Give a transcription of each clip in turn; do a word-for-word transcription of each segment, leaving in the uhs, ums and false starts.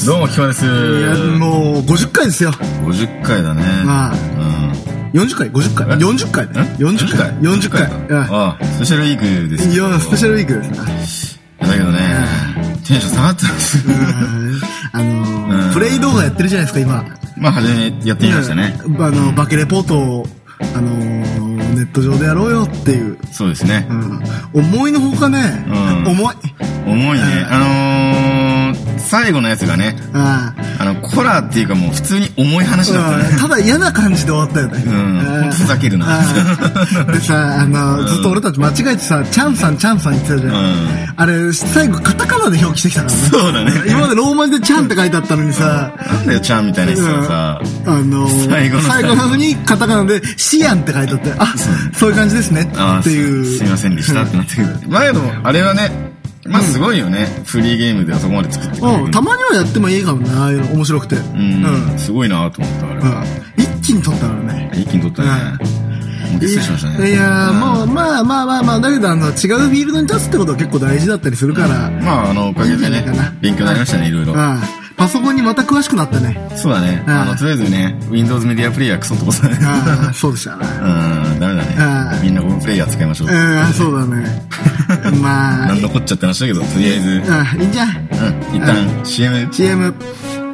。 どうも、キワです。いや、もう、ごじゅっかいですよ。 ごじゅっかいだね。 まあ。うん。よんじゅっかい ?ごじゅっかい ?よんじゅっかいね。よんじゅっかい ?よんじゅっかい。 ああ、スペシャルウィークです。 いや、スペシャルウィークです。 だけどね、テンション下がってます。 あの、プレイ動画やってるじゃないですか、今。 まあ、初めやってみましたね。 あの、バケレポートを、あの、ネット上でやろうよっていう。 そうですね。 思いのほかね、重い。 重いね。あのー、最後のやつがね、あの、コラーっていうかもう普通に重い話だったね。 ただ嫌な感じで終わったよね。 うん。ふざけるな。 でさ、あの、ずっと俺たち間違えてさ、チャンさん、チャンさん言ってたじゃん。あれ、最後カタカナで表記してきたからね。 そうだね。 今までローマ字でチャンって書いてあったのにさ、 なんだよ、チャンみたいな人がさ、 あの、最後なのにカタカナでシアンって書いてあって、あ、そういう感じですね。っていう。 すいませんでしたってなってくる。まあけど、あれはね、まあすごいよね。フリーゲームではそこまで作ってくれる。 たまにはやってもいいかもね。ああいうの面白くて。 うん。すごいなと思った、あれ。一気に撮ったからね。 一気に撮ったね。もう失礼しましたね。 いや、もう、まあまあまあまあ、だけど、あの、違うフィールドに立つってことは結構大事だったりするから。 まあ、あの、おかげでね、勉強になりましたね、いろいろ。 パソコンにまた詳しくなったね。 そうだね。あの、とりあえずね、Windows メディアプレイヤークソってことだね。 ああ、そうでしたね。 うん、ダメだね。みんなゴムプレイヤー使いましょう。 ああ、そうだね。まあ。 なんのこっちゃって話だけど、とりあえず。 ああ、いいんじゃん。 うん、一旦 シーエム。 シーエム。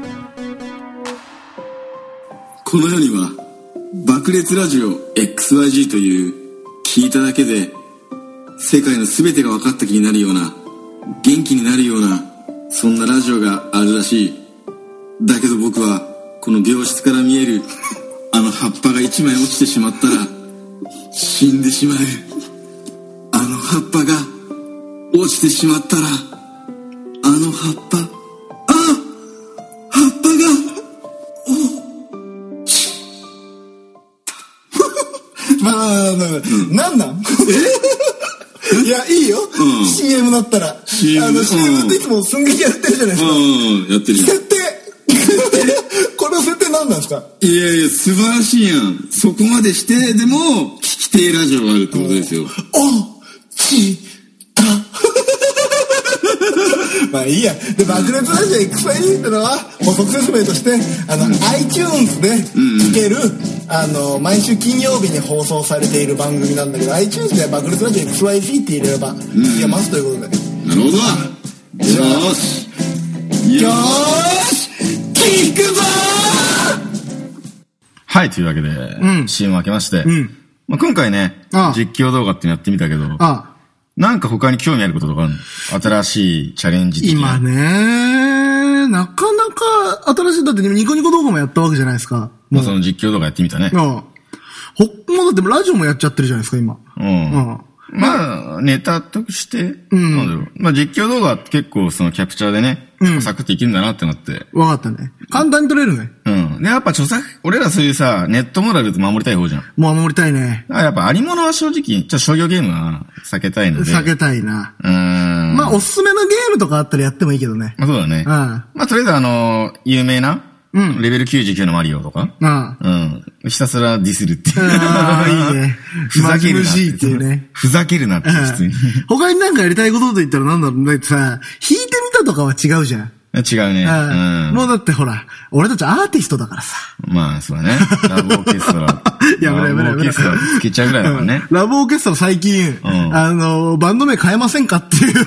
この世には、爆裂ラジオ エックスワイジー という、聞いただけで、世界の全てが分かった気になるような、元気になるような、そんなラジオがあるらしい。だけど僕はこの病室から見えるあの葉っぱが一枚落ちてしまったら死んでしまう。あの葉っぱが落ちてしまったらあの葉っぱあ葉っぱが落ちた。まあまあまあ、うん、なんなんえいや、いいよ。うん、シーエム だったら。シーエム、あの、シーエム っていつも寸劇やってるじゃないですか。うん、やってるよ。設定この設定何なんですか？いやいや、素晴らしいやん。そこまでして、でも、聞き手ラジオがあるってことですよ。おちたまあいいや。で、爆裂ラジオ エックスワイジー ってのは、補足説明として、あの、うん、iTunes で聞ける、うん、あの、毎週金曜日に放送されている番組なんだけど、iTunes で爆裂ラジオ エックスワイジー って入れれば、聞けますということで。なるほど。よーし。よーし聞くぞー。 はい、というわけで、うん、シーエム 開けまして、うん、まあ、今回ね、ああ実況動画ってのやってみたけど、ああなんか他に興味あることとかあるの？新しいチャレンジ的な。 今ね、なかなか新しい、だってニコニコ動画もやったわけじゃないですか。 まあその実況動画やってみたね。 ああほもうだってラジオもやっちゃってるじゃないですか、今。 うん。ああまあ、ネタとして、うん、なんだろう。まあ実況動画って結構そのキャプチャーでね、うん、サクッといけるんだなってなって。 わかったね。簡単に撮れるね。 うん。で、やっぱ著作、俺らそういうさ、ネットモラルって守りたい方じゃん。 もう守りたいね。 やっぱありものは正直、ちょっと商業ゲームは避けたいので。 避けたいな。 うん。 まあおすすめのゲームとかあったらやってもいいけどね。 まあそうだね。うん。まあとりあえずあの、有名な、うん。レベルきゅうじゅうきゅうのマリオとか。ああ。うん。ひたすらディスるっていう。 ああ、いいね。 ふざけるなって。 っていうね。 ふざけるなって、普通に。 他になんかやりたいことと言ったらなんだろうねってさ、弾いてみたとかは違うじゃん。 違うね。 うん。もうだってほら、俺たちアーティストだからさ。 まあ、そうだね。ラブオーケストラ。 やめろやめろやめろ。 ラブオーケストラつけちゃうぐらいだからね。 ラブオーケストラ最近、あの、バンド名変えませんかっていう。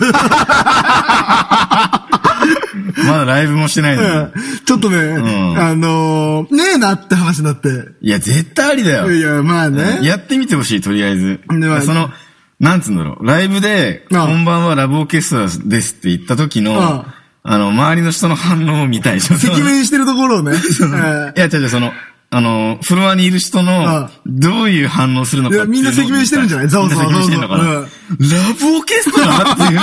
まだライブもしてないのに。 ちょっとね、うん、あのー、ねえなって話になって。 いや、絶対ありだよ。 いや、まあね。 やってみてほしい、とりあえず。その、なんつうんだろう、ライブで、こんばんはラブオーケストラですって言った時の、あ, あの、周りの人の反応を見たい。 赤面してるところをね。 いや、違う違う、その、あの、フロアにいる人の、どういう反応するのかっていうの。 いや、みんな赤面してるんじゃない？ざわざわ。 みんな赤面してるのかな、うん、ラブオーケストラっていう。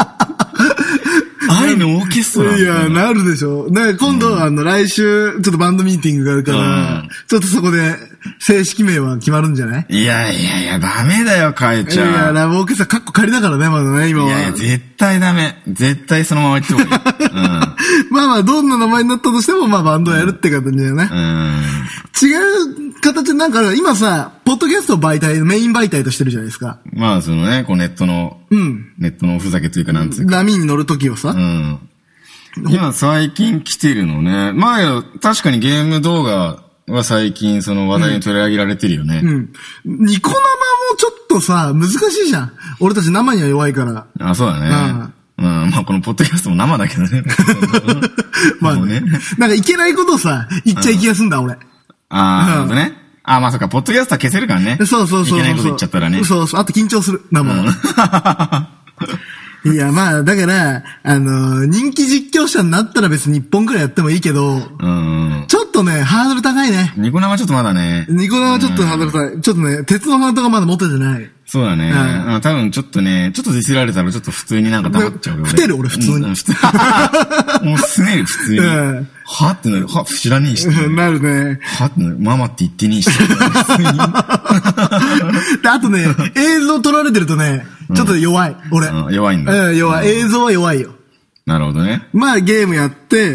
愛のオーケストラ。 いや、なるでしょ。ね、今度、うん、あの、来週、ちょっとバンドミーティングがあるから、うん、ちょっとそこで、正式名は決まるんじゃない？いやいやいや、ダメだよ、変えちゃう。 いや、ラブオーケストラ、カッコ仮だからね、まだね、今は。 いやいや、絶対ダメ。絶対そのまま言ってほしい。うん、 まあまあ、どんな名前になったとしても、まあ、バンドをやるって形だよね。うん、違う形なんか、今さ、ポッドキャスト媒体、メイン媒体としてるじゃないですか。 まあ、そのね、こうネットの、うん、ネットのおふざけというかなんつうか。 波に乗るときはさ。うん。 今最近来てるのね。まあ、確かにゲーム動画は最近その話題に取り上げられてるよね。うん。 うん、ニコ生もちょっとさ、難しいじゃん。俺たち生には弱いから。 あ、そうだね。うん。うん、まあこのポッドキャストも生だけどね。 まあね。なんかいけないことをさ、言っちゃい気がすんだ、俺。 ああ、なるほどね。あ、まあそっか、ポッドキャストは消せるからね。 そうそうそうそう。 いけないこと言っちゃったらね。 そうそう。あと緊張する。生は。いや、まあ、だから、あのー、人気実況者になったら別にいっぽんくらいやってもいいけど、うん、ちょっとね、ハードル高いね。 ニコ生ちょっとまだね。 ニコ生ちょっとハードル高い。ちょっとね、鉄のハートがまだ持ててない。 そうだね。うん、多分ちょっとね、ちょっとディスられたらちょっと普通になんか黙っちゃうよ。 ふてる俺普通に。うん、普通もうすねる普通に。うん、はってなる。は、知らねえし。 なるね。 はってなる。ママって言ってねえし。 で、あとね、映像撮られてるとね、ちょっと弱い、俺、 うん。弱いんだ。 うん、弱い。映像は弱いよ。 なるほどね。 まあゲームやって、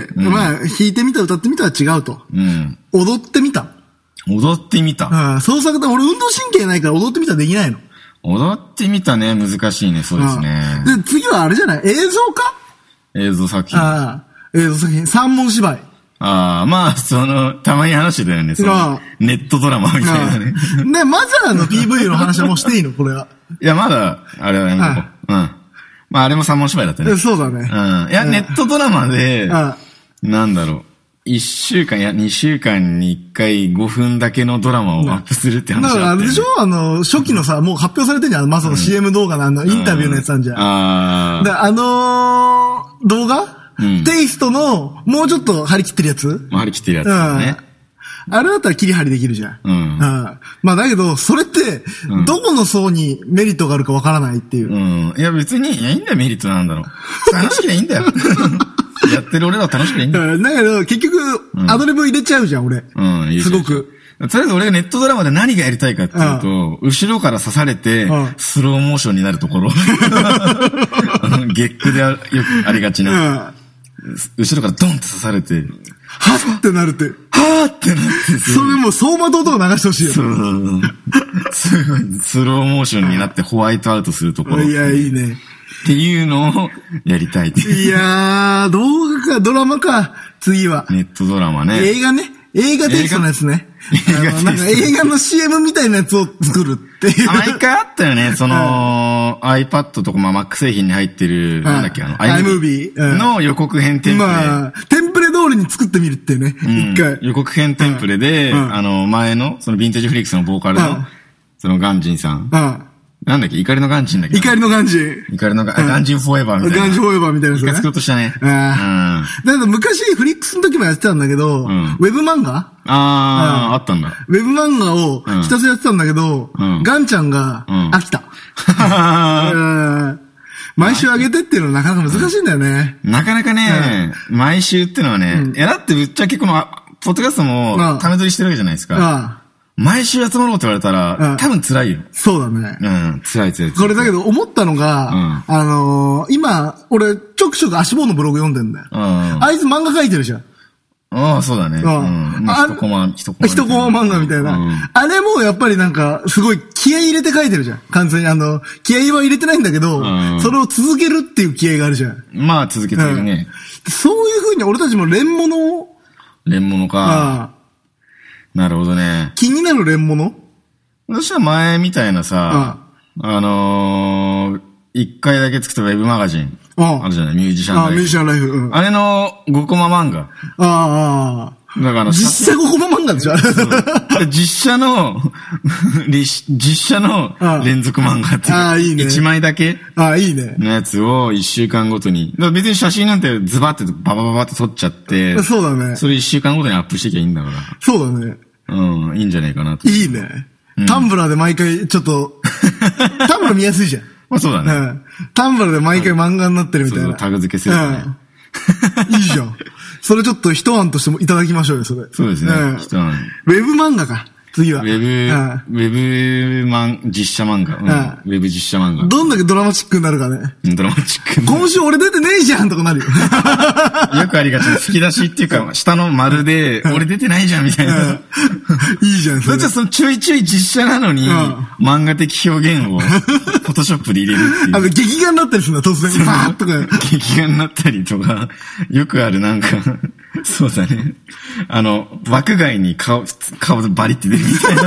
うん、まあ弾いてみた歌ってみたは違うと。うん。踊ってみた。 踊ってみた。 うん。創作だ。俺運動神経ないから踊ってみたできないの。 踊ってみたね、難しいね、そうですね。 で、次はあれじゃない？映像か？ 映像作品。 ああ。映像作品。三文芝居。 ああ、まあ、その、たまに話してたよね、そのネットドラマみたいなね。 ね、マザーの ピーブイ の話はもうしていいのこれは。 いや、まだ、あれはやめとこう。うん。まあ、あれも三文芝居だったね。 そうだね。 うん。いや、ネットドラマで、なんだろう。一週間、いや、二週間に一回ごふんだけのドラマをアップするって話だった、ね。だからあれでしょあの、初期のさ、もう発表されてんじゃん。まさの シーエム 動画のあの、インタビューのやつあんじゃん。ああ。で、あのー、動画うん、テイストの、もうちょっと張り切ってるやつ張り切ってるやつだね。 うん。あれだったら切り張りできるじゃん。うん。うん。まあだけど、それって、どこの層にメリットがあるかわからないっていう。 うん。いや別に、いやいいんだよ、メリットなんだろう。楽しきゃいいんだよ。やってる俺らは楽しきゃいいんだよ。 だけど、結局、アドリブ入れちゃうじゃん、俺。うん、いいすごく。 とりあえず俺がネットドラマで何がやりたいかっていうと、後ろから刺されて、スローモーションになるところ。ゲックでよくありがちな。後ろからドンって刺されて、 はぁってなるって。 はぁってなって。 それもう走馬灯とか流してほしいよ。そう。 すごい、スローモーションになってホワイトアウトするところ。 いや、いいね。 っていうのをやりたいって。 いやー、動画か、ドラマか、次は。 ネットドラマね。 映画ね。映画テイストのやつね。映画なんか映画の シーエム みたいなやつを作るっていう。 毎回あったよね。その、iPad とか、まあ Mac 製品に入ってる、なんだっけ、あの、 iMovie の予告編テンプレ。まあ、 テンプレ通りに作ってみるっていうね。一回。 予告編テンプレで、あの、前の、そのヴィンテージフリックスのボーカルの、そのガンジンさん。なんだっけ怒りのガンジンだっけ怒りのガンジン。 怒りのガン、ガンジンフォーエバーみたいな。 ガンジンフォーエバーみたいなやつね。 作ろうとしたね。うん。 だけど昔フリックスの時もやってたんだけど、ウェブ漫画ああ、あったんだ。 ウェブ漫画をひたすらやってたんだけど、ガンちゃんが飽きた。毎週上げてっていうのはなかなか難しいんだよね。 なかなかね、毎週っていうのはね、いやだってぶっちゃけこの、ポッドキャストもため撮りしてるわけじゃないですか。毎週集まろうって言われたら、うん、多分辛いよ。 そうだね。 うん、辛い辛い。 これだけど思ったのが、うん、あのー、今、俺、ちょくちょく足棒のブログ読んでんだよ。うん、あいつ漫画描いてるじゃん。 ああ、そうだね。うん。まあ、一コマ、一コマ。 一コマ漫画みたいな。うん、あれもやっぱりなんか、すごい気合い入れて描いてるじゃん。完全にあの、気合いは入れてないんだけど、うん、それを続けるっていう気合いがあるじゃん。 まあ、続けてるね、 うん。そういう風に俺たちも連物を。 連物か。ああなるほどね。 気になる連物私は前みたいなさ、うん、あのー、一回だけ作ったウェブマガジン。あるじゃないミュージシャンライフ。 あ、ミュージシャンライフ。うん、 あれのごコマ漫画。 ああ。 だから実写ごコマ漫画でしょ実写の、実写の連続漫画っていう。ああ、いいね。一枚だけ。 ああ、いいね。 のやつを一週間ごとに。だから別に写真なんてズバってババババって撮っちゃって。 そうだね。 それ一週間ごとにアップしてきゃいいんだから。 そうだね。 うん、いいんじゃないかなと。 いいね。うん、タンブラーで毎回ちょっと、タンブラー見やすいじゃん。 まあそうだね。うん。 タンブラーで毎回漫画になってるみたいな。そうタグ付けするとね。 うん、いいじゃん。それちょっと一案としてもいただきましょうよ、それ。 そうですね。うん、一案。 ウェブ漫画か。 次は。 ウェブ、ウェブマン、実写漫画。うん。ウェブ実写漫画。 どんだけドラマチックになるかね。 ドラマチック。 今週俺出てねえじゃんとかなるよ。 よくありがちな吹き出しっていうか、下の丸で、俺出てないじゃんみたいな。いいじゃん。 それじゃそのちょいちょい実写なのに、漫画的表現を、フォトショップで入れるっていう。 あの、劇画になったりするんだ、突然。バーッとか。 劇画になったりとか、よくあるなんか、そうだね。あの、枠外に顔、顔バリって出るみたいな。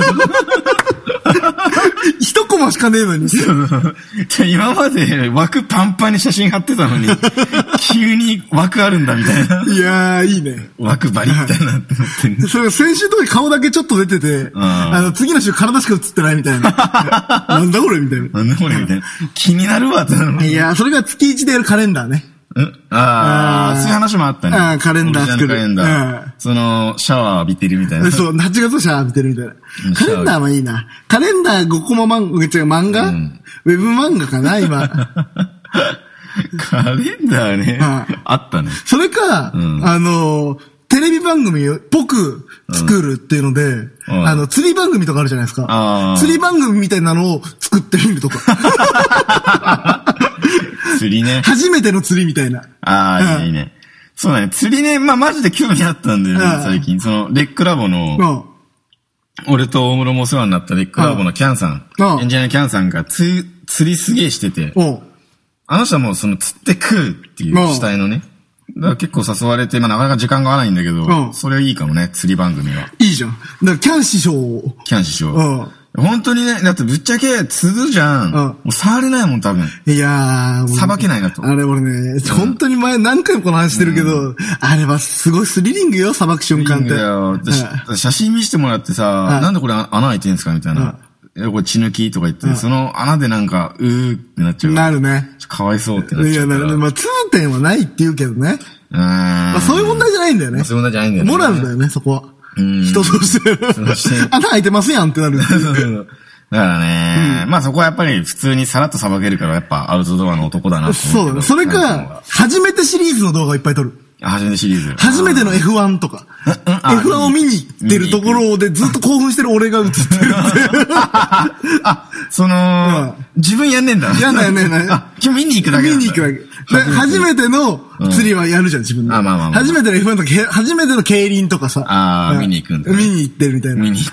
一コマしかねえのに。 今まで枠パンパンに写真貼ってたのに、急に枠あるんだみたいな。 いやー、いいね。 枠バリみたいなってなってんね。 それ先週とか顔だけちょっと出てて、あの、次の週体しか映ってないみたいな。なんだこれみたいな。 なんだこれみたいな。気になるわってなる。 いやー、それが月一でやるカレンダーね。 ああ、そういう話もあったね。 ああ、カレンダー作る。 カレンダー。その、シャワー浴びてるみたいな。 そう、はちがつシャワー浴びてるみたいな。カレンダーはいいな。カレンダーごコマ漫画、違う、漫画、うん、ウェブ漫画かな、今。 カレンダーね。あ, あったね。 それか、うん、あの、テレビ番組っぽく作るっていうので、うん、あの、釣り番組とかあるじゃないですか。釣り番組みたいなのを作ってみるとか。 釣りね。 初めての釣りみたいな。 ああ、うん、いいね。そうだね。釣りね、まあマジで興味あったんだよね、うん、最近。その、レックラボの、うん、俺と大室もお世話になったレックラボのキャンさん、うん、エンジニアのキャンさんが釣り、釣りすげえしてて、うん、あの人はもうその釣って食うっていう主体のね、だから結構誘われて、まあなかなか時間が合わないんだけど、うん、それはいいかもね、釣り番組は。 いいじゃん。だからキャン師匠キャン師匠。うん本当にね、だってぶっちゃけ、釣るじゃん。うん。もう触れないもん、多分。 いやー。 さばけないなと。 あれ俺ね、うん、本当に前何回もこの話してるけど、うん、あれはすごいスリリングよ、さばく瞬間って。いやよ、 うん、写真見せてもらってさ、うん、なんでこれ穴開いてんすかみたいな。うん、いや、これ血抜きとか言って、うん、その穴でなんか、うーってなっちゃう。 なるね。 かわいそうってなっちゃう。 いや、なるね。まあ、痛点はないって言うけどね。うん。まあ、そういう問題じゃないんだよね。 そういう問題じゃないんだよね。 モラルだよね、そこは。うん。人として。穴開いてますやんってなる。そうそうそうだからね、うん、まあそこはやっぱり普通にさらっとさばけるからやっぱアウトドアの男だなってそうだね。それか、初めてシリーズの動画をいっぱい撮る。 初めてシリーズ。 初めての エフワン とか。エフワン を見に行ってるところでずっと興奮してる俺が映ってるって。 あ、その、自分やんねえんだ。 やんないやんないやんない。 あ、今日見に行くだけ見に行くだけ。で、初めての釣りはやるじゃん、自分で。あ、まあまあ初めての エフワン とか、初めての競輪とかさ。 ああ、見に行くんだ。 見に行ってるみたいな。 見に行って。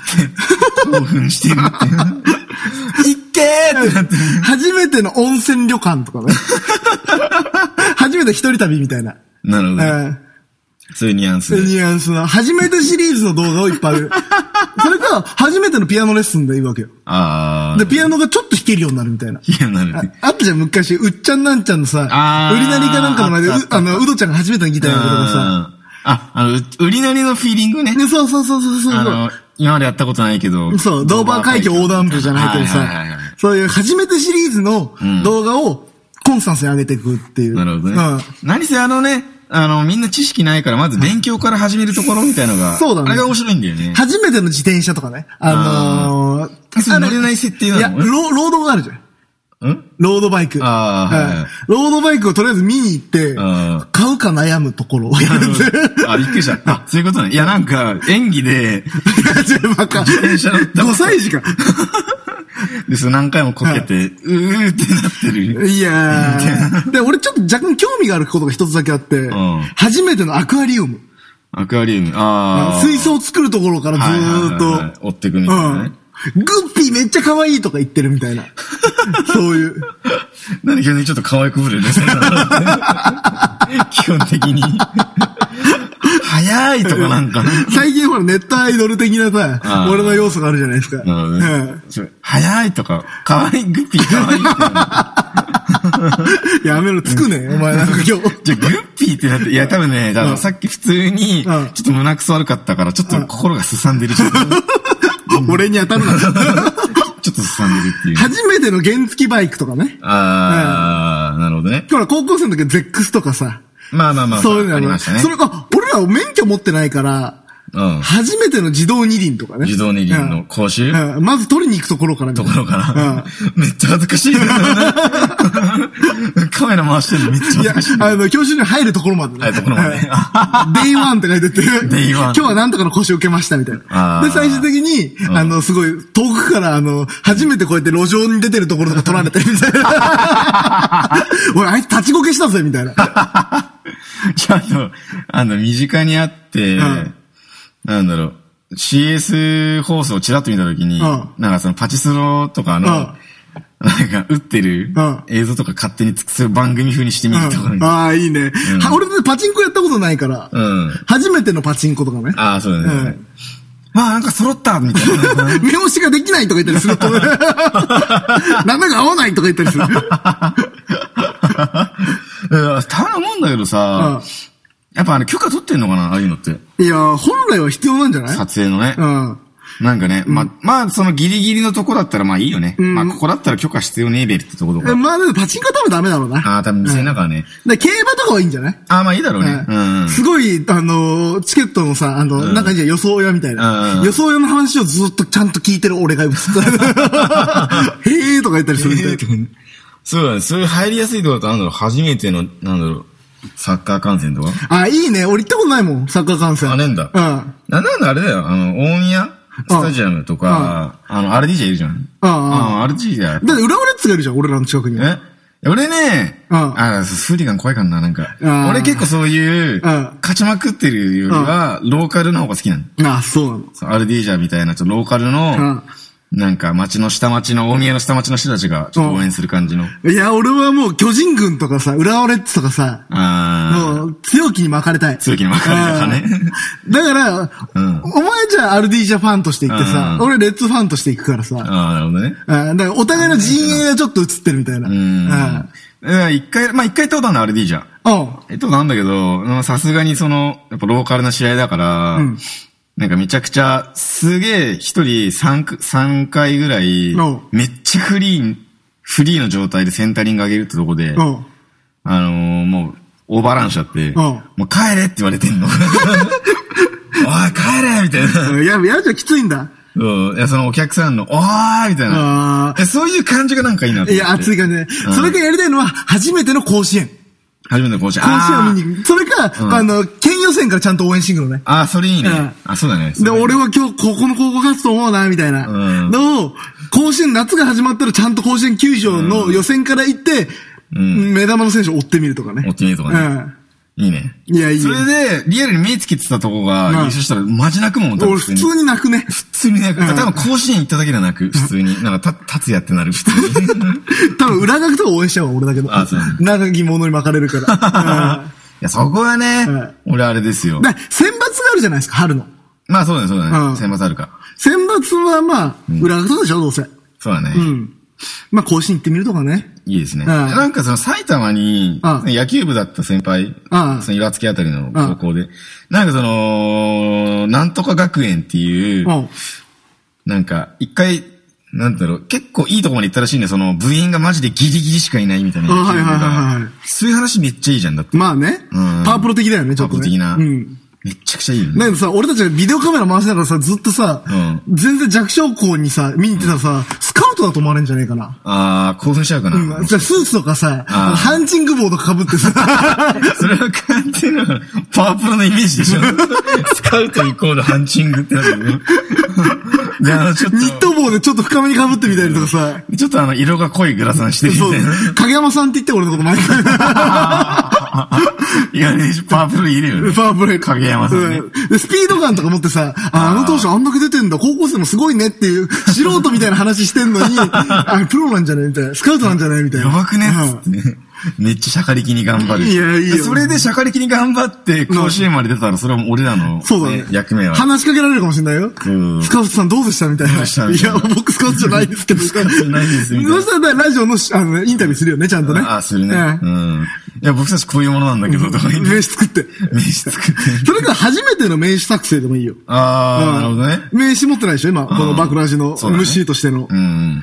興奮してるって。 いっけーってなって。初めての温泉旅館とかね。初めて一人旅みたいな。 なるほど。そういうニュアンス。 そういうニュアンスの。初めてシリーズの動画をいっぱいある。それか、初めてのピアノレッスンでいいわけよ。ああ。で、ピアノがちょっと弾けるようになるみたいな。 弾けるようになる。 あったじゃん、昔、うっちゃんなんちゃんのさ、売りなりかなんかの前で、あの、うどちゃんが初めてのギターやるとかさ。 あ、あの、売りなりのフィーリングね。 そうそうそうそうそう。あの、 今までやったことないけど。 そう、ドーバー海峡横断部じゃないけどさ、そういう初めてシリーズの動画をコンスタンスに上げていくっていう。 なるほどね。何せあのね、あの、みんな知識ないから、まず勉強から始めるところみたいのが、そうだね。あれが面白いんだよね。 初めての自転車とかね。あのー、それ乗れない設定なの？ いや、ロードがあるじゃん。んロードバイク。ああ、はい。ロードバイクをとりあえず見に行って、買うか悩むところをやるんで。 あ、びっくりした。あ、そういうことね。いや、なんか、演技で、自転車乗った。 ごさい児か。 で、それ何回もこけて、はい、うーってなってる。 いやー。で、俺ちょっと若干興味があることが一つだけあって、うん、初めてのアクアリウム。 アクアリウム。ああ。 水槽を作るところからずーっと、はいはいはいはい、 追っていくみたいなね。 うん、グッピーめっちゃ可愛いとか言ってるみたいな。そういう。 なんで急にちょっと可愛くぶるね。基本的に。早いとかなんか、ね。 最近ほらネットアイドル的なさ、俺の要素があるじゃないですか。なるほどね。 うん、早いとか、可愛い、グッピー可愛いって。やめろ、つくね、お前なんか今日。じゃグッピーってなって、いや多分ね、あの、さっき普通に、ちょっと胸くそ悪かったから、ちょっと心がすさんでる。 俺に当たるな。 ちょっとすさんでるっていう。 初めての原付バイクとかね。 ああ、なるほどね。 ほら、高校生の時はゼックスとかさ。 まあまあまあ。 そういうのありましたね。 それか、俺ら免許持ってないから、 うん。 初めての自動二輪とかね。 自動二輪の講習、 うんうん、まず取りに行くところから。 ところから。うん、めっちゃ恥ずかしいですよね。カメラ回してるのめっちゃ恥ずかしい。いや、 あの、教習に入るところまで、ね。 入るところまで。 デイワンって書いてて。 デイワン。 今日はなんとかの講習を受けましたみたいな。で、最終的に、うん、あの、すごい、遠くから、あの、初めてこうやって路上に出てるところとか撮られてみたいな。俺、あいつ立ちこけしたぜ、みたいな。 ちゃんと、あの、身近にあって、うん、なんだろう、シーエス 放送をチラッと見たときに、うん、なんかそのパチスロとかの、うん、なんか、打ってる映像とか勝手に作る番組風にしてみるとか、ねうん、ああ、いいね。うん、俺パチンコやったことないから、うん、初めてのパチンコとかね。 ああ、そうだね。うんああ、なんか揃ったみたいな。 目押しができないとか言ったりすると、ね、生が合わないとか言ったりする。 ただもんだけどさ、うん、やっぱあれ許可取ってんのかなああいうのって。 いや、本来は必要なんじゃない？ 撮影のね。 うん。 なんかね、うん、ま、まあ、そのギリギリのとこだったらまあいいよね。うん、まあ、ここだったら許可必要ねえべってところか。 まあ、でもパチンコは多分ダメだろうな。 ああ、多分店の中はね。 で、競馬とかはいいんじゃない？ ああ、まあいいだろうね。うん。うん、 すごい、あの、チケットのさ、あの、うん、なんかじゃ予想屋みたいな。うん、予想屋の話をずっとちゃんと聞いてる俺が映った。へえーとか言ったりするみたいな。 そうだね。そういう入りやすいところだとなんだろう、初めての、なんだろう。サッカー観戦とかあ、いいね。俺行ったことないもん、サッカー観戦。 あ、ねんだ。うん。なんだあれだよ、あの、大宮スタジアムとか、あの、アールディージェー いるじゃん。ああ、アールディージェー だ。 だって浦和レッズがいるじゃん、俺らの近くに。 え俺ね、あ、スーリガン怖いからな、なんか。俺結構そういう、勝ちまくってるよりは、ローカルの方が好きなの。 あ、そうなの。 アールディージェーみたいな、ちょっとローカルの、なんか街の下町の、大宮の下町の人たちがちょっと応援する感じの。 いや、俺はもう巨人軍とかさ、浦和レッズとかさ、もう強気に巻かれたい。 強気に巻かれたね。 だから、うん、お前じゃあアルディージャファンとして行ってさ、俺レッズファンとして行くからさ。 ああ、なるほどね。 だからお互いの陣営がちょっと映ってるみたいな。うん。 一回、まあ一回行ったことあるのアルディージャ。うん。行ったことあるんだけど、さすがにその、やっぱローカルな試合だから、うんなんかめちゃくちゃ、すげえ一人三、三回ぐらい、めっちゃフリー、フリーの状態でセンタリング上げるってとこで、あのー、もう、オーバーランしちゃって、もう帰れって言われてんの。おい、帰れみたいな。 いや、いやじゃきついんだ。 うん。いや、そのお客さんの、おーみたいな。そういう感じがなんかいいなと思って。 いや、熱い感じね。それがやりたいのは、初めての甲子園。 初めての甲子園。 甲子園を見に行く。それか、うん、あの、県予選からちゃんと応援していくのね。 ああ、それいいね。うん、あ、そうだね。 で、俺は今日ここの高校勝つと思うな、みたいな。うん、のを、甲子園夏が始まったらちゃんと甲子園球場の予選から行って、うん、目玉の選手を追ってみるとかね。 追ってみるとかね。うんいいね。 いや、いい。 それで、リアルに目つけてたとこが、優勝したら、マジ泣くもん、 俺、普通に泣くね。 普通に泣く。多分、甲子園行っただけで泣く、普通に。なんか、た、立つやってなる、普通に。 多分、裏学とか応援しちゃうわ、俺だけど。あ、そう。長き物に巻かれるから。 いや、そこはね、俺あれですよ。 だ選抜があるじゃないですか、春の。 まあ、そうだね、そうだね。選抜あるか。 選抜は、まあ、裏学とでしょ、どうせ。 そうだね。 うん。まあ、甲子園行ってみるとかね。 いいですね。なんかその埼玉に、野球部だった先輩、その岩槻あたりの高校で、なんかその、なんとか学園っていう、なんか一回、なんだろう、結構いいとこまで行ったらしいね、その部員がマジでギリギリしかいないみたいな。はいはいはいはい。そういう話めっちゃいいじゃんだって。 まあね。パワープロ的だよね、ちょっとね。 パワープロ的な。うん。めっちゃくちゃいいよね。 だけどさ、俺たちがビデオカメラ回しながらさ、ずっとさ、うん、全然弱小校にさ、見に行ってたらさ、スカウトだと思われるんじゃねえかな。 あー、興奮しちゃうかな。 うん。じゃあスーツとかさ、ハンチング帽とか被ってさ。 それは完全なパワープロのイメージでしょ。スカウトイコールハンチングってなるよ。 で、あの、ちょっと。ニット帽でちょっと深めに被ってみたりとかさ。 ちょっとあの、色が濃いグラサンしてみたいな。 そう。影山さんって言って俺のこと毎回。 いやね、パワープロいるよね。 パワープロいる。 影山さんね。 で、スピードガンとか持ってさ、あ、あの当初あんだけ出てんだ、高校生もすごいねっていう、素人みたいな話してんのに、あ、プロなんじゃないみたいな。スカウトなんじゃないみたいな。 やばくねっつってね。めっちゃシャカリキに頑張る。 いや、いいよ。 それでシャカリキに頑張って、甲子園まで出たら、それは俺らの、 そうだね。 役目は。 話しかけられるかもしれないよ。うん。スカウトさんどうでしたみたいな。どうでしたみたいな。いや、僕スカウトじゃないですけど。 スカウトじゃないですみたいな。 そしたら、ラジオの、あの、インタビューするよね、ちゃんとね。 あ、するね。うん。いや、僕たちこういうものなんだけど、とか言って。 名刺作って。 名刺作って。 それから初めての名刺作成でもいいよ。 ああ、なるほどね。 名刺持ってないでしょ今、このバクラジの エムシー としての。うん。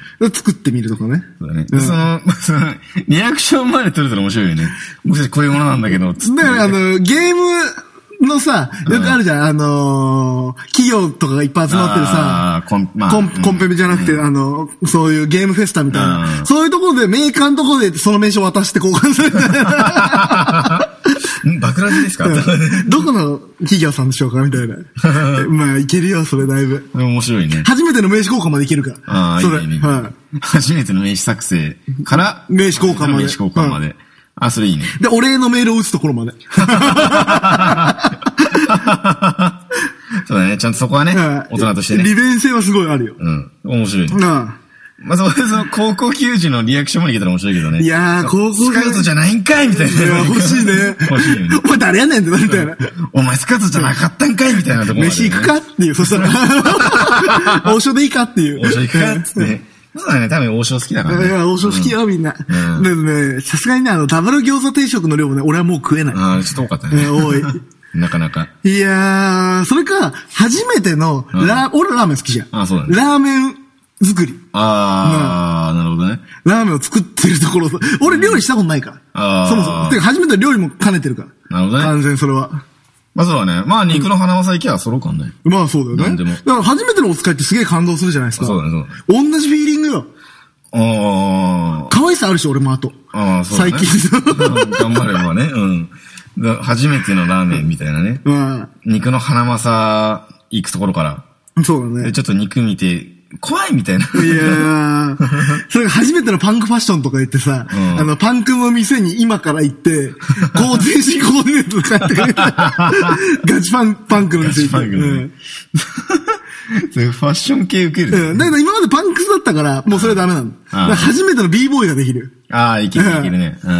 作ってみるとかね。 そうだね。その、その、リアクションまで取れたら面白いよね。僕たちこういうものなんだけど、 つって。だから、あの、ゲームのさ、よくあるじゃん、うん、あのー、企業とかがいっぱい集まってるさ、コン、まあ、コン、コンペじゃなくて、うん、あの、そういうゲームフェスタみたいな、うん、そういうところでメーカーのところでその名刺を渡して交換するみたいな。 バクラジですか、うん、 どこの企業さんでしょうかみたいな。まあ、いけるよ、それだいぶ。 面白いね。 初めての名刺交換までいけるから。 ああ、 それいいね。はい。初めての名刺作成から名刺交換まで。 名刺交換まで。うん、あ、それいいね。 で、お礼のメールを打つところまで。 そうだね。ちゃんとそこはね、大人としてね。 利便性はすごいあるよ。 うん。面白いね。 うん。 まあ、それ、その、高校球児のリアクションまでいけたら面白いけどね。 いやー、高校スカウトじゃないんかいみたいな。 いや、欲しいね。 欲しいよね。 お前誰やねんってな、みたいな。 お前スカウトじゃなかったんかいみたいなところ、ね。 飯行くかっていう、そしたら。王将でいいかっていう。 王将行くかっつって。そうだね、多分王将好きだからね。 いや、王将好きよ、みんな。うん。でもね、さすがにね、あの、ダブル餃子定食の量もね、俺はもう食えない。 ああ、ちょっと多かったね。 多い。 なかなか。 いやー、それか、初めての、ラ、俺ラーメン好きじゃん。 ああ、そうだね。 ラーメン作り。 ああ、なるほどね。 ラーメンを作ってるところ、俺料理したことないから。ああ。そもそも。てか、初めての料理も兼ねてるから。 なるほどね。 完全それは。 まあそうだね。まあ肉の花正行きは揃うかんね。 まあそうだよね。 なんでも。 だから初めてのお使いってすげえ感動するじゃないですか。 そうだね、そうだね。同じフィーリングよ。 ああ。 可愛さあるし、俺もあと。 ああ、そうだね。 最近。 頑張ればね。うん。初めてのラーメンみたいなね。うん。肉の花正行くところから。 そうだね。 ちょっと肉見て、怖いみたいな。いやー。それが初めてのパンクファッションとか言ってさ、うん、あの、パンクの店に今から行って、こう全身コーディネートで帰ってくる。ガチパン、パンクの店行って。ガチパンクの、ね。うんファッション系受ける。 うん。だけど今までパンクスだったから、もうそれダメなの。だから初めての b ボーイができる。 ああ、いけるいけるね。うん。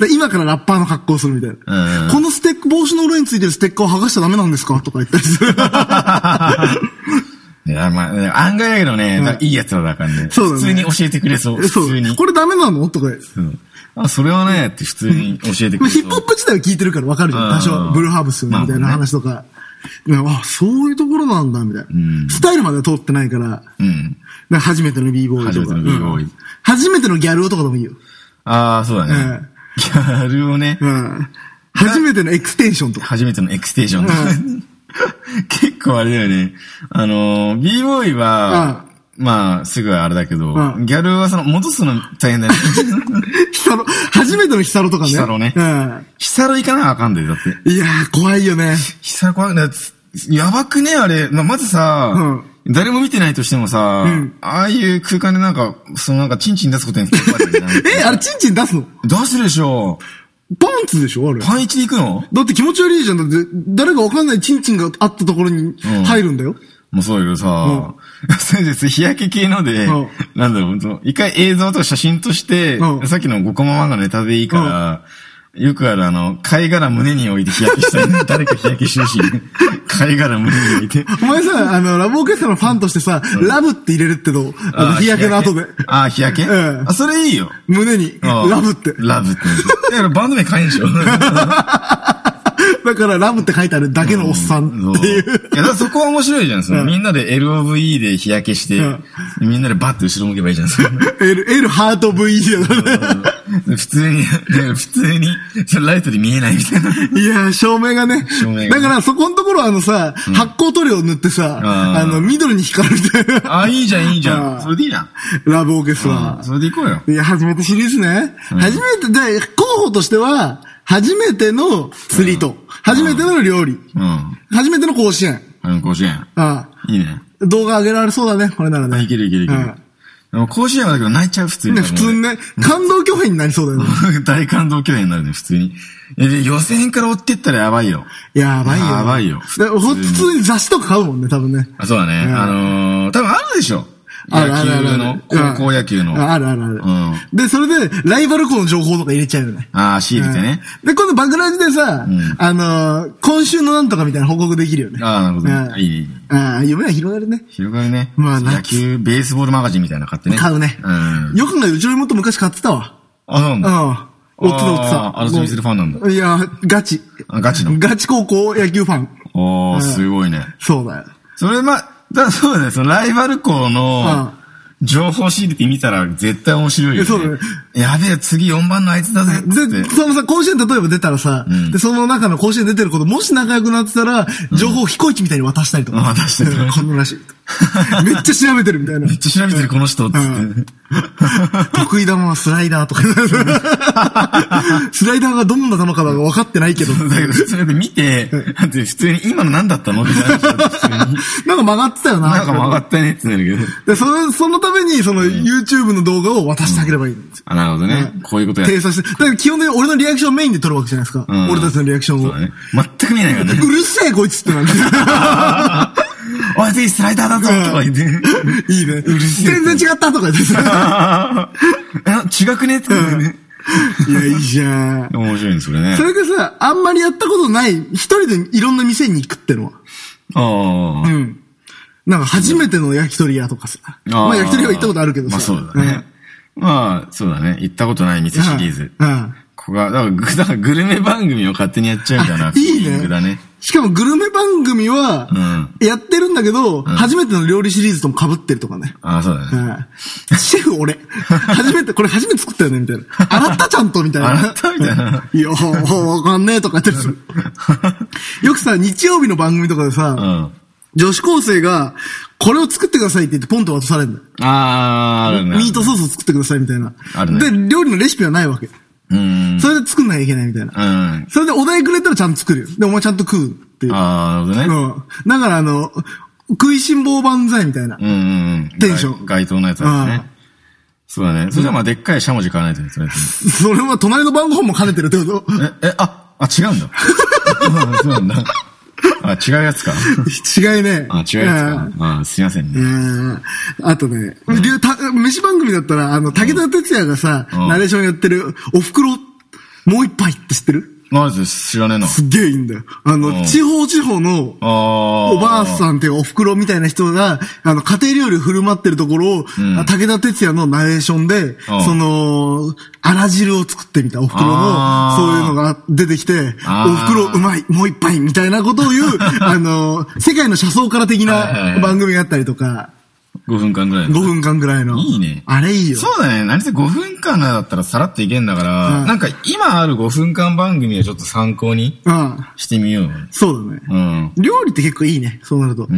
今からラッパーの格好をするみたいな。うん。このステック、帽子の裏についてるステッカーを剥がしちゃダメなんですかとか言ったりする。 いや、まあ、案外だけどね、うん、いいやつらだからね。そうだね。普通に教えてくれそう。普通に。 これダメなのとか。うん。 あ、それはね、って普通に教えてくれそう。 ヒップホップ自体は聞いてるから分かるじゃん。多少。ブルーハーブスみたいな話とか。あ、そういうところなんだ、みたいな。うん、スタイルまでは通ってないから。うん。から初めての b ボーイとか。 初めての b ボーイ、うん。 初めてのギャル男とかでもいいよ。 ああ、そうだね。うん、ギャルをね。うん。 初めてのエクステンションとか。 初めてのエクステンションとか。うん、結構あれだよね。あのー、b ボーイは、うん、まあ、すぐあれだけど、うん、ギャルはその、戻すの大変だよね。 ヒサロ、初めてのヒサロとかね。 ヒサロね。うん。ヒサロ行かなあかんで、だって。 いやー、怖いよね。 ヒサロ怖いね。やばくねあれ。まあ、まずさ、うん、誰も見てないとしてもさ、うん、ああいう空間でなんか、そのなんかチンチン出すことにえ、あれチンチン出すの？ 出すでしょ。 パンツでしょあれ。 パンイチで行くの？ だって気持ち悪いじゃん。だって、誰かわかんないチンチンがあったところに入るんだよ。うん、 もうそうだけどさ、うん、先日日焼け系ので、うん、なんだろう、一回映像とか写真として、うん、さっきのごコマ漫画のネタでいいから、うん、よくあるあの、貝殻胸に置いて日焼けしたい。誰か日焼けしてるし、貝殻胸に置いて。 お前さ、あの、ラブオーケストラのファンとしてさ、うん、ラブって入れるってどう？あの、日焼けの後で。 ああ、日焼け？うん。あ、それいいよ。 胸に、ラブって。 ラブって。だからバンド名変えんでしょ。 だからラブって書いてあるだけのおっさんっていう。 いや、だからそこは面白いじゃん。その、うん、みんなで エルオーブイ で日焼けして、うん、みんなでバッて後ろ向けばいいじゃん。 L、L ハート ブイ だからね。 普通に、普通に、ライトで見えないみたいな。 いや、照明がね。照明が、ね。だからそこのところあのさ、うん、発光塗料塗ってさ、あの、緑に光るみたいな。 あ、いいじゃん、いいじゃん。それでいいじゃん。 ラブオーケストラ。 それで行こうよ。 いや、初めてシリーズね。うん、初めて、で、候補としては、初めての釣りと、うん、初めての料理、うん、初めての甲子園。 うん、甲子園。ああ。いいね。 動画上げられそうだね、これならね。 いけるいけるいける。うんでも甲子園はだけど泣いちゃう、普通に。 ね、普通にね。感動巨編になりそうだよね。 大感動巨編になるね、普通に。予選から追ってったらやばいよ。 やばいよ。 やばいよ。 普通に雑誌とか買うもんね、多分ね。 あ、そうだね。あのー、多分あるでしょ。野球の、高校野球の。 あるあるある。うん。で、それで、ライバル校の情報とか入れちゃうよね。 ああ、シールでね。 で、今度バグラジでさ、あの、今週のなんとかみたいな報告できるよね。 ああ、なるほど。いい、いい。 ああ、夢は広がるね。 広がるね。まあ、野球、ベースボールマガジンみたいなの買ってね。 買うね。うん。よく考えうちの妹昔買ってたわ。 あ、そうなんだ。うん。 追ってた追ってた。 アルソミするファンなんだ。 いや、ガチ。 ガチの。 ガチ高校野球ファン。 おー、すごいね。 そうだよ。 それ、まあ、だそうだね、そのライバル校の、情報仕入れてみたら絶対面白いよね。そうだね。 やべえ、次よんばんのあいつだぜって。 で、そのさ、甲子園例えば出たらさ、うん、で、その中の甲子園出てること、もし仲良くなってたら、情報を彦一みたいに渡したりとか。 渡してる。 こんならしい。めっちゃ調べてるみたいな。 めっちゃ調べてる、この人、つって。 得意球はスライダーとか。スライダーがどんな球かが分かってないけど。 だけど、普通で見て、普通に今の何だったのみたいな。なんか曲がってたよな。 なんか曲がったねってなるけど。 で、その、そのために、その、YouTube の動画を渡してあげればいいんですよ。 あ、なるほどね。こういうことやる。 偵察して。だから基本的に俺のリアクションメインで撮るわけじゃないですか。俺たちのリアクションを。 そうだね。全く見えないからね。 うるせえこいつってなんで。 おい、次スライダーだぞとか言って。 いいね。全然違ったとか言ってさ。違くねってね。 いや、いいじゃん。 面白いね、それね。 それがさ、あんまりやったことない、一人でいろんな店に行くってのは。 ああ。 うん。なんか初めての焼き鳥屋とかさ。まあ焼き鳥屋は行ったことあるけどさ。 まあそうだね。まあ、そうだね。行ったことない店シリーズ。うん。ここが、だから、だからグルメ番組を勝手にやっちゃうみたいな。 いいね。 だね。 しかもグルメ番組は、やってるんだけど、うん、初めての料理シリーズとも被ってるとかね。 ああ、そうだね。 うん、シェフ俺。初めて、これ初めて作ったよねみたいな。洗ったちゃんとみたいな。 洗ったみたいな。 いや、わかんねえとか言ってる。よくさ、日曜日の番組とかでさ、うん、女子高生が、これを作ってくださいって言ってポンと渡されるんだよ。 ああ、あるね。 ミートソースを作ってくださいみたいな。 あるね。 で、料理のレシピはないわけ。 うん。 それで作んなきゃいけないみたいな。うん。それでお題くれたらちゃんと作るよ。で、お前ちゃんと食うっていう。 ああ、なるほどね。 うん。だからあの、食いしん坊万歳みたいな。うんうんうん。テンション。 街頭のやつだね。そうだね。それじゃまあでっかいしゃもじ買わないとね、それ。 それは隣の晩ご飯も兼ねてるってこと？ え、え、あ、あ、違うんだ。そうなんだ。あ、違うやつか。 違いね。 あ、違うやつか。あ、すいませんね。 あとね、飯番組だったら、あの、武田鉄矢がさ、ナレーションやってる、お袋、もう一杯って知ってる？ マジで知らねえな。 すっげえいいんだよ。あの、地方地方の、おばあさんっていうかお袋みたいな人が、あの、家庭料理を振る舞ってるところを、武田鉄矢のナレーションで、その、あら汁を作ってみたお袋の、そういうのが出てきて、お袋うまい、もう一杯みたいなことを言う、あの、世界の車窓から的な番組があったりとか、 ごふんかんぐらいの。 ごふんかんぐらいの。 いいね。 あれいいよ。 そうだね。何せごふんかんだったらさらっといけんだから、うん、なんか今あるごふんかん番組をちょっと参考にしてみよう。うん、 そうだね。うん。料理って結構いいね。そうなると。うん。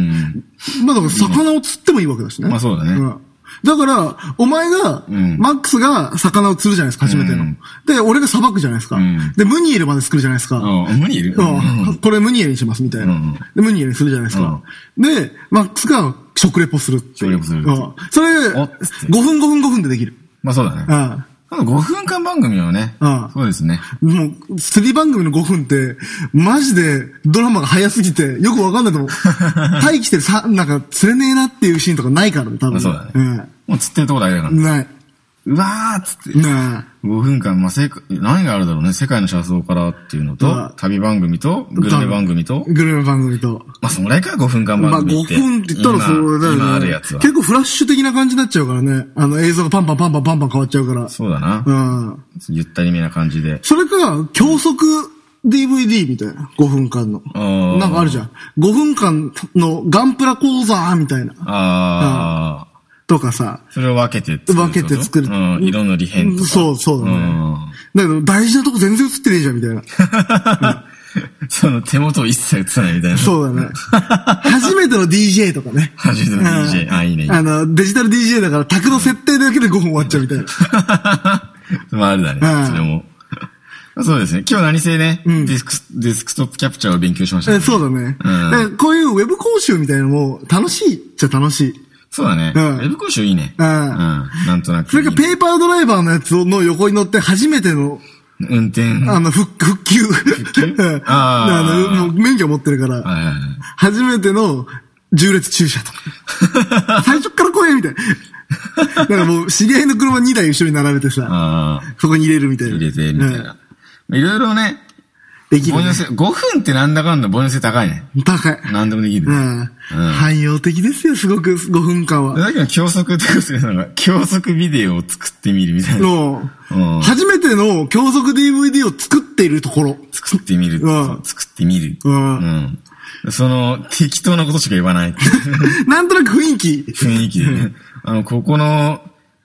まあだから魚を釣ってもいいわけだしね。 まあそうだね。うんだから、お前が、うん、マックスが魚を釣るじゃないですか、初めての。うん、で、俺が捌くじゃないですか。うん、で、ムニエルまで作るじゃないですか。 うん、ムニエル、うん、これムニエルにします、みたいな。うん、で、ムニエルにするじゃないですか。うん、で、マックスが食レポするって。 食レポする。 うん、それ、ごふんごふんごふんでできる。 まあそうだね。うんごふんかん番組はね。ああそうですね。 もう、釣り番組のごふんって、マジでドラマが早すぎて、よくわかんないと思う。待機してるさ、なんか釣れねえなっていうシーンとかないからね、多分。 そうだね。うん。もう釣ってるとこだけだから。 ない。 うわーっつって。なごふんかん、まあ、せ何があるだろうね。世界の車窓からっていうのと、旅番組と、グルメ番組と。 グルメ番組と。 まあ、そのぐらいか、ごふんかん番組って。 まあ、ごふんって言ったらそうだよね。 今あるやつは。 結構フラッシュ的な感じになっちゃうからね。あの、映像がパンパンパンパンパンパン変わっちゃうから。 そうだな。うん。ゆったりめな感じで。 それか、教則 ディーブイディー みたいな。ごふんかんの。なんかあるじゃん。ごふんかんのガンプラ講座みたいな。ああ。とかさ。 それを分けて作る。分けて作る。 うん。色の利変とか。 そう、そうだね。うん。だけど大事なとこ全然映ってねえじゃん、みたいな。 うん、その手元を一切映さないみたいな。 そうだね。初めての ディージェー とかね。 初めての ディージェー。あ、いいね。 あの、デジタル ディージェー だから卓の設定だけでごふん終わっちゃうみたいな。 まああるだね。それも。そうですね。今日何せね、うん、ディスク、ディスクトップキャプチャーを勉強しました、ね。 そうだね。うん、こういうウェブ講習みたいなのも楽しいっちゃ楽しい。 そうだね。うん、ウェブ講習いいね。うん。うん。なんとなく。 それからペーパードライバーのやつの横に乗って初めての運転。 あの、復旧。復旧ああ。あの、もう免許持ってるから。はいはいはい。初めての縦列駐車とか。最初から来いみたいな。だからもう、知り合いの車にだい後ろに並べてさ、そこに入れるみたいな。 入れて、みたいな。いろいろね、できる、ね。ごふんってなんだかんだ凡庸性高いね。 高い。 なんでもできる。うん。 汎用的ですよ、すごくごふんかんは。 だけど教則ってことですが、教則ビデオを作ってみるみたいな。 うん。初めての教則 ディーブイディー を作っているところ。 作ってみる。うん。作ってみる。うん。うん。その、適当なことしか言わない。 なんとなく雰囲気。 雰囲気でね。あの、ここの、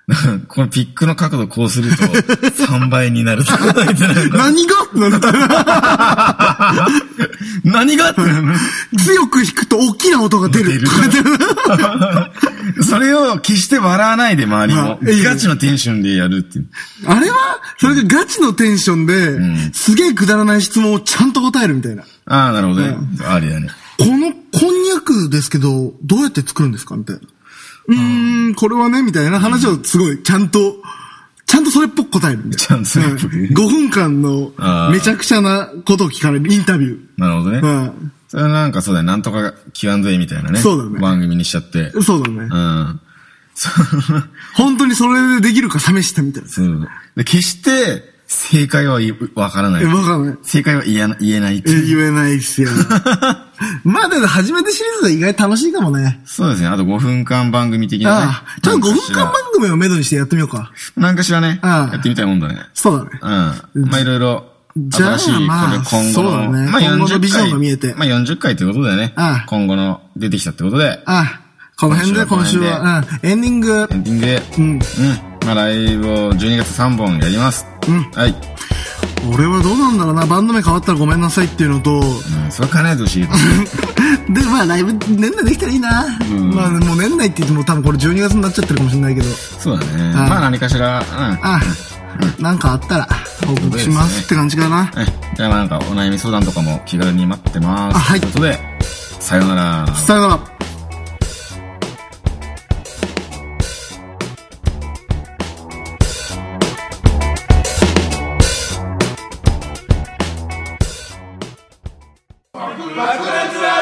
このピックの角度こうするとさんばいになるとか言ってない。 何がってなった。 何がって強く弾くと大きな音が出る。 それを決して笑わないで周りも。ガチのテンションでやるっていう。 あれはそれがガチのテンションで、うん、すげえくだらない質問をちゃんと答えるみたいな。 ああ、なるほどね。うん、ありだね。 このこんにゃくですけど、どうやって作るんですかみたいな。うーん、これはね、みたいな話をすごい、ちゃんと、ちゃんとそれっぽく答えるみたいな。 ちゃんとそれっぽく。 ごふんかんの、めちゃくちゃなことを聞かれるインタビュー。 なるほどね。うん。それはなんかそうだね、なんとか キューアンドエー みたいなね。 そうだね。 番組にしちゃって。 そうだね。 うん。 本当にそれでできるか試したみたいな。 そう。で、決して、正解はわからない。 わからない。 正解は言えな、言えないっていう。言えないっすよ。まあでも初めてシリーズは意外と楽しいかもね。 そうですね。あとごふんかん番組的なね。 ああ。ちょっとごふんかん番組をメドにしてやってみようか。 なんかしらね。ああやってみたいもんだね。 そうだね。 うん。まあいろいろ。 じゃあ、まあ、今後の、ね、まあ今後のビジョンが見えて。 まあよんじゅっかいということでね。ああ今後の出てきたってことで。 ああこの辺で今週は、うん。エンディング。 エンディングで。うん。うん。まあライブをじゅうにがつさんぼんやります。うん。はい。 俺はどうなんだろうな、バンド名変わったらごめんなさいっていうのと、うん、 それは叶えてほしい。 で、まあライブ年内できたらいいな。うん、まあもう年内って言っても多分これじゅうにがつになっちゃってるかもしれないけど。 そうだね。あまあ何かしら、うん。 あ、うん、なんかあったら報告しますって感じかな。 じゃあまあなんかお悩み相談とかも気軽に待ってます。あ、はい。ということで、さよなら。 さよなら。爆裂だ